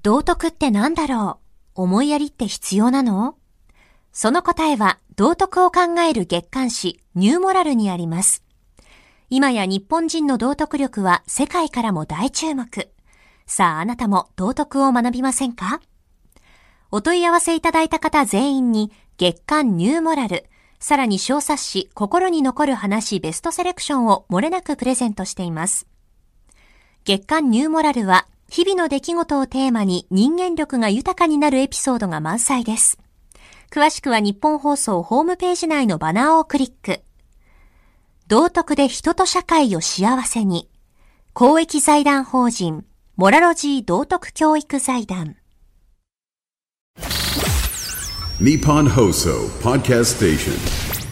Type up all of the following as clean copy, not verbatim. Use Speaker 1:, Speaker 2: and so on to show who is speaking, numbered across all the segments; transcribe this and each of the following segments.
Speaker 1: 道徳って何だろう？思いやりって必要なの？その答えは道徳を考える月刊誌ニューモラルにあります。今や日本人の道徳力は世界からも大注目。さああなたも道徳を学びませんか？お問い合わせいただいた方全員に月刊ニューモラル、さらに小冊子心に残る話ベストセレクションを漏れなくプレゼントしています。月刊ニューモラルは日々の出来事をテーマに人間力が豊かになるエピソードが満載です。詳しくは日本放送ホームページ内のバナーをクリック。道徳で人と社会を幸せに。公益財団法人モラロジー道徳教育財団。
Speaker 2: ニッポン放送ポッドキャストステーション。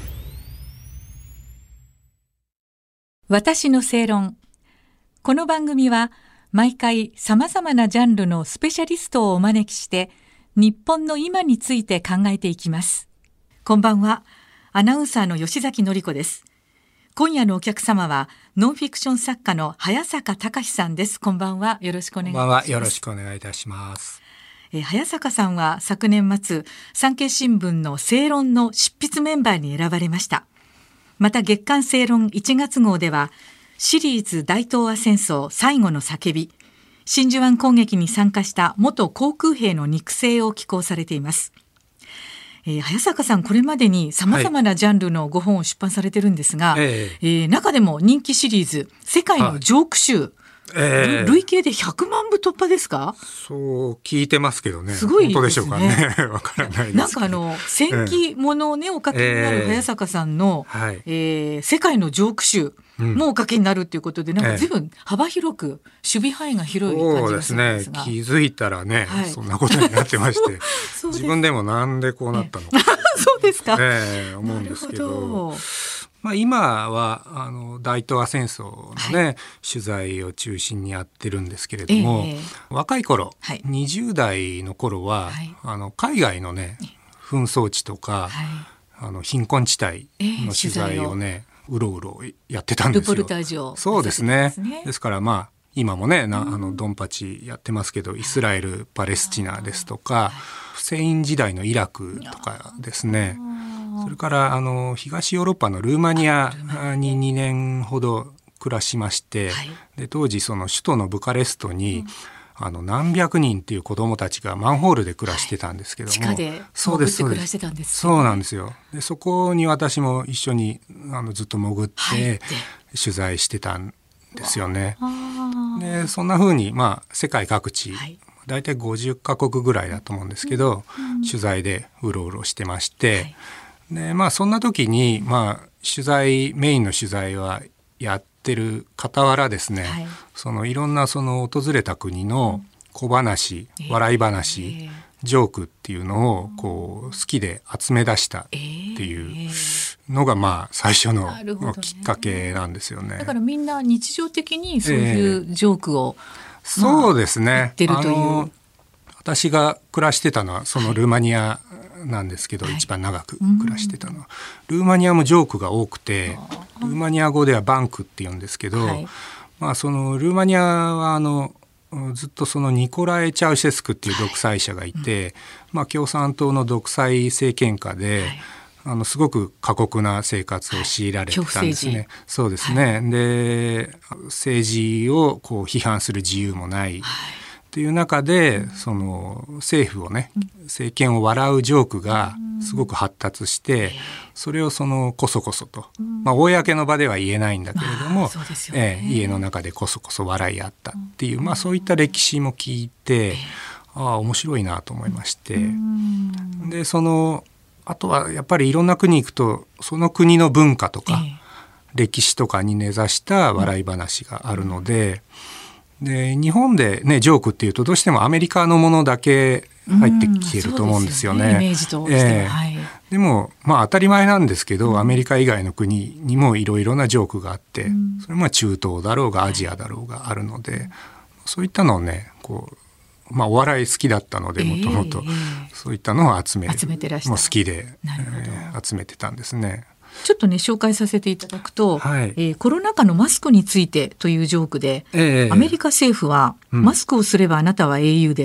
Speaker 3: 私の正論。この番組は毎回様々なジャンルのスペシャリストをお招きして日本の今について考えていきます。こんばんは。アナウンサーの吉崎紀子です。今夜のお客様はノンフィクション作家の早坂隆さんです。こんばんは。よろしくお願いします。
Speaker 4: こんばんは。よろしくお願いいたします。
Speaker 3: 早坂さんは昨年末、産経新聞の正論の執筆メンバーに選ばれました。また月刊正論1月号ではシリーズ大東亜戦争最後の叫び、真珠湾攻撃に参加した元航空兵の肉声を寄稿されています。早坂さん、これまでに様々なジャンルのご本を出版されてるんですが、中でも人気シリーズ世界のジョーク集、累計で100万部突破ですか？
Speaker 4: そう聞いてますけどね。
Speaker 3: すごいですね。
Speaker 4: 本当でしょうかね。わからないですけど。
Speaker 3: なんか戦記ものをね、お書きになる早坂さんの、世界のジョーク集もお書きになるということで、なんか随分幅広く守備範囲が広い感じがするんですが。
Speaker 4: そうですね。気づいたらね、そんなことになってまして自分でもなんでこうなったのか
Speaker 3: そうですか、
Speaker 4: 思うんですけど。今は大東亜戦争のね、取材を中心にやってるんですけれども、若い頃、20代の頃は、海外のね紛争地とか、貧困地帯の取材をね、うろうろやってたんですよ。
Speaker 3: ルポルタージュを。
Speaker 4: そうですね。ですから今もねドンパチやってますけど、イスラエルパレスチナですとか、フセイン時代のイラクとかですね。それから東ヨーロッパのルーマニアに2年ほど暮らしまして、で当時その首都のブカレストに、何百人っていう子どもたちがマンホールで暮らしてたんですけども、
Speaker 3: 地下で潜って暮らしてたんです。
Speaker 4: そうなんですよ。でそこに私も一緒にずっと潜って取材してたんですよね。でそんな風に世界各地、だいたい50カ国ぐらいだと思うんですけど、取材でうろうろしてまして、でそんな時にメインの取材はやってる傍らですね、いろんな訪れた国の小話、笑い話、ジョークっていうのを好きで集め出したっていうのが最初のきっかけなんですよね。
Speaker 3: だからみんな日常的にそういうジョークを、
Speaker 4: そうですね。
Speaker 3: 言ってるという。
Speaker 4: 私が暮らしてたのはそのルーマニアなんですけど、一番長く暮らしてたのは、ルーマニアもジョークが多くて、ルーマニア語ではバンクって言うんですけど、そのルーマニアはずっとそのニコライ・チャウシェスクっていう独裁者がいて、共産党の独裁政権下で、すごく過酷な生活を強いられてたんですね。そうですね。で政治を批判する自由もない、っていう中でその政府をね、政権を笑うジョークがすごく発達して、それをこそこそと、公の場では言えないんだけれども、家の中でこそこそ笑い合ったっていう、そういった歴史も聞いて、面白いなと思いまして、であとはやっぱりいろんな国行くと、その国の文化とか、歴史とかに根ざした笑い話があるので、で日本でねジョークっていうとどうしてもアメリカのものだけ入ってきてると思うんですよね。
Speaker 3: イメージとしては、
Speaker 4: でも当たり前なんですけど、アメリカ以外の国にもいろいろなジョークがあって、それも中東だろうがアジアだろうがあるので、そういったのをねお笑い好きだったので、もともとそういったのを集めてらした、もう好きで、集めてたんですね。
Speaker 3: ちょっとね紹介させていただくと、コロナ禍のマスクについてというジョークで、アメリカ政府は、マスクをすればあなたは英雄です、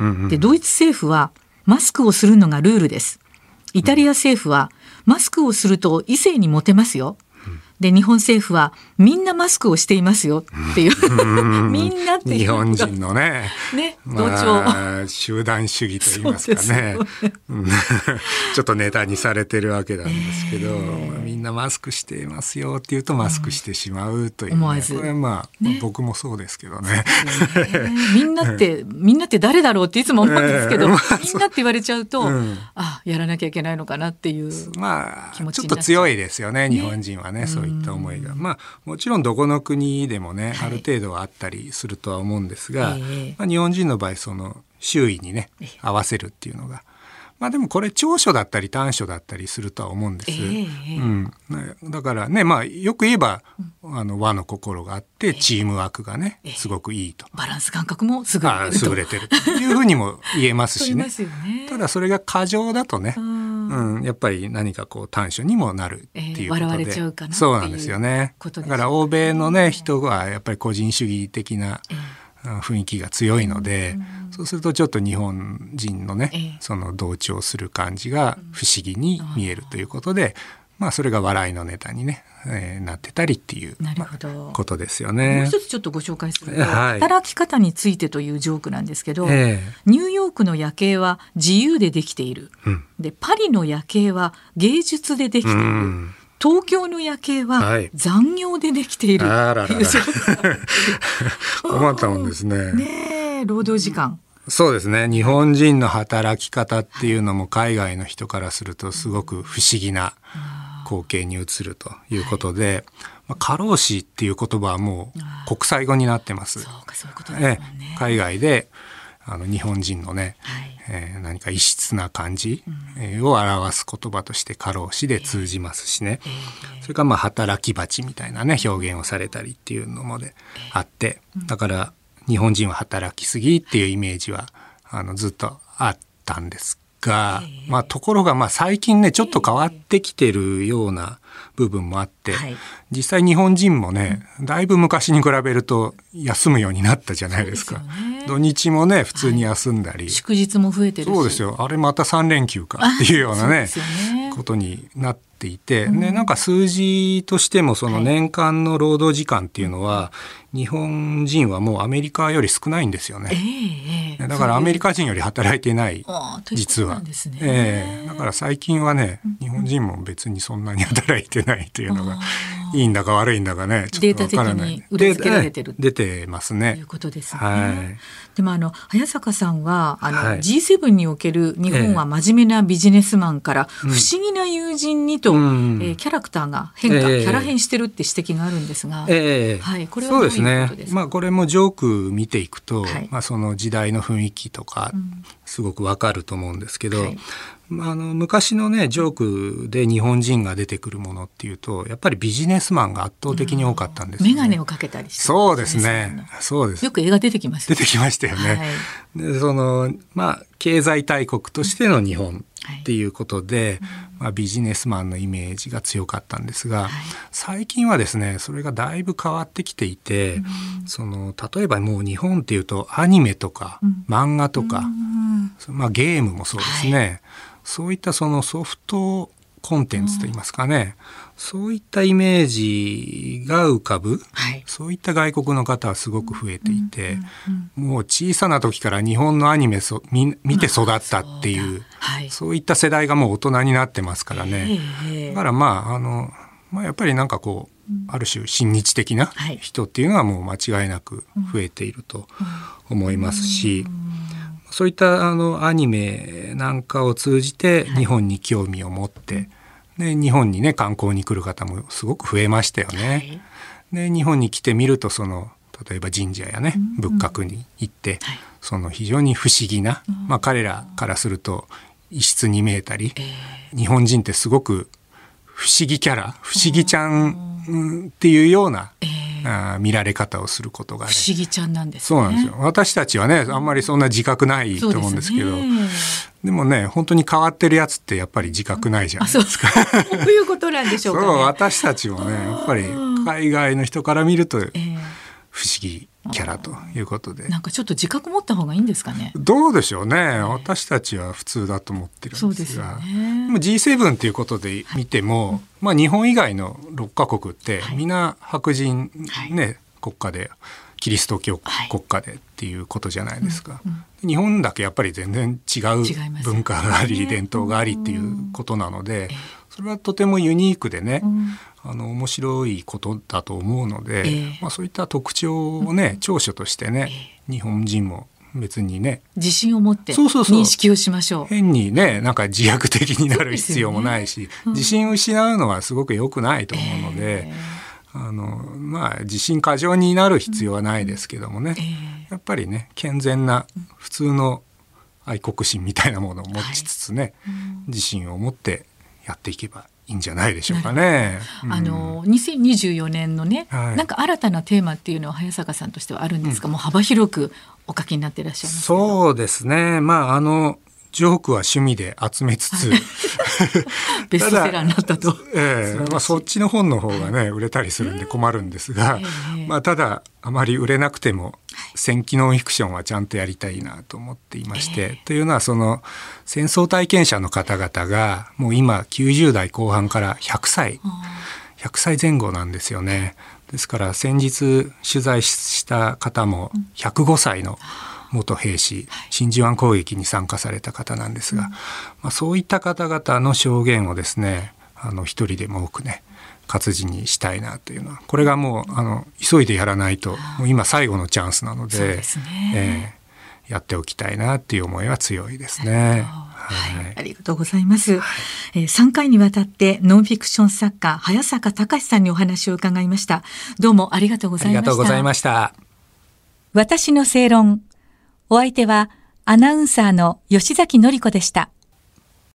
Speaker 3: でドイツ政府はマスクをするのがルールです。イタリア政府はマスクをすると異性にモテますよ。で日本政府はみんなマスクをしていますよっていうみんなっていう
Speaker 4: 日本人のね
Speaker 3: 同調、
Speaker 4: 集団主義といいますかねちょっとネタにされてるわけなんですけど、みんなマスクしていますよって言うとマスクしてしまうという、
Speaker 3: 思わず
Speaker 4: これ僕もそうですけどね
Speaker 3: みんなって誰だろうっていつも思うんですけど、みんなって言われちゃうと、やらなきゃいけないのかなっていう気持ちになっちゃう。
Speaker 4: ちょっと強いですよね日本人はね、そういった思いが。もちろんどこの国でもね、ある程度はあったりするとは思うんですが、日本人の場合その周囲にね合わせるっていうのがでもこれ長所だったり短所だったりするとは思うんです、だからね、よく言えば和の心があってチームワークがねすごくいいと、
Speaker 3: バランス感覚も優
Speaker 4: れてるというふうにも言えますしねただそれが過剰だとね、やっぱり何かこう短所にもなるっていうことで、
Speaker 3: 笑われちゃうかなっていう
Speaker 4: そうなんですよね。だから欧米のね人はやっぱり個人主義的な雰囲気が強いので、そうするとちょっと日本人のね、その同調する感じが不思議に見えるということで、それが笑いのネタにね、なってたりっていうことですよね。
Speaker 3: もう一つちょっとご紹介すると、働き方についてというジョークなんですけど、ニューヨークの夜景は自由でできている、でパリの夜景は芸術でできている、東京の夜景は残業でできている、
Speaker 4: 困ったもんですね。
Speaker 3: 労働時間。
Speaker 4: そうですね。日本人の働き方っていうのも海外の人からするとすごく不思議な光景に映るということで、過労死っていう言葉はもう国際語になってます。海外で日本人のね、何か異質な感じを表す言葉として過労死で通じますしね、それから働き蜂みたいなね表現をされたりっていうのもであって、だから日本人は働きすぎっていうイメージはずっとあったんですが、ところが最近ねちょっと変わってきてるような部分もあって、実際日本人もねだいぶ昔に比べると休むようになったじゃないですか。土日もね普通に休んだり、
Speaker 3: 祝日も増えてるし、
Speaker 4: そうですよ、あれまた3連休かっていうようなねことになっていて、なんか数字としてもその年間の労働時間っていうのは、日本人はもうアメリカより少ないんですよね。だからアメリカ人より働いてない実は、だから最近はね日本人も別にそんなに働いてないというのがいいんだか悪いんだかねちょっとわからない。
Speaker 3: データ的に裏付けられてる
Speaker 4: 出てますね。
Speaker 3: ということですね。でも早坂さんはG7 における日本は真面目なビジネスマンから不思議な友人にと、キャラクターがキャラ変してるって指摘があるんですが、これはどういうことですか？
Speaker 4: これもジョーク見ていくと、その時代の雰囲気とかすごくわかると思うんですけど、昔のねジョークで日本人が出てくるものっていうとやっぱりビジネスマンが圧倒的に多かったんですよね。
Speaker 3: メガネをかけたりして、
Speaker 4: そうですね、そうです。
Speaker 3: よく映画出てきますよね。
Speaker 4: 出てきましたよね。でその経済大国としての日本っていうことで、ビジネスマンのイメージが強かったんですが、最近はですねそれがだいぶ変わってきていて、例えばもう日本っていうとアニメとか漫画とか、ゲームもそうですね、そういったそのソフトコンテンツといいますかね、そういったイメージが浮かぶ、そういった外国の方はすごく増えていて、もう小さな時から日本のアニメ見て育ったっていう、そういった世代がもう大人になってますからね。だからやっぱりなんかこうある種親日的な人っていうのはもう間違いなく増えていると思いますし、そういったアニメなんかを通じて日本に興味を持って、で日本にね観光に来る方もすごく増えましたよね。で日本に来てみると例えば神社やね仏閣に行って、その非常に不思議な、彼らからすると異質に見えたり、日本人ってすごく不思議キャラ、不思議ちゃんっていうような見られ方をすることが、
Speaker 3: 不思議ちゃんなんですね。
Speaker 4: そうなんですよ。私たちはねあんまりそんな自覚ないと思うんですけど、でもね本当に変わってるやつってやっぱり自覚ないじゃないですか。
Speaker 3: そういうことなんでしょうかね。
Speaker 4: そう、私たちもねやっぱり海外の人から見ると不思議キャラということで、
Speaker 3: なんかちょっと自覚持った方がいいんですかね。
Speaker 4: どうでしょうね、私たちは普通だと思ってるんですが、
Speaker 3: そうですよね。
Speaker 4: でも G7 ということで見ても、日本以外の6カ国ってみんな白人、国家でキリスト教国家でっていうことじゃないですか、日本だけやっぱり全然違う文化があり、伝統がありっていうことなので、それはとてもユニークでね、面白いことだと思うので、そういった特徴をね、長所としてね、日本人も別にね、
Speaker 3: 自信を持って認識をしましょう。
Speaker 4: 変にね、なんか自虐的になる必要もないし、自信を失うのはすごく良くないと思うので、自信過剰になる必要はないですけどもね、やっぱりね、健全な普通の愛国心みたいなものを持ちつつね、自信を持ってやっていけばいいんじゃないでしょうかね。
Speaker 3: 2024年のね、なんか新たなテーマっていうのは早坂さんとしてはあるんですか？もう幅広くお書きになっていらっしゃいますけど。
Speaker 4: そうですね、ジョークは趣味で集めつつ、
Speaker 3: ベストセラーになったと。
Speaker 4: そっちの本の方がね、売れたりするんで困るんですが、ただあまり売れなくても戦記ノンフィクションはちゃんとやりたいなと思っていまして、というのはその戦争体験者の方々がもう今90代後半から100歳前後なんですよね。ですから先日取材した方も105歳の元兵士、真珠湾攻撃に参加された方なんですが、そういった方々の証言をですね、一人でも多くね、活字にしたいなというのは、これがもう急いでやらないと、もう今最後のチャンスなので、そうですね、やっておきたいなっていう思いは強いですね。
Speaker 3: ありがとうございます。3回にわたってノンフィクション作家早坂隆さんにお話を伺いました。どうもありがとうございました。
Speaker 4: ありがとうございました。
Speaker 3: 私の正論。お相手はアナウンサーの吉崎紀子でした。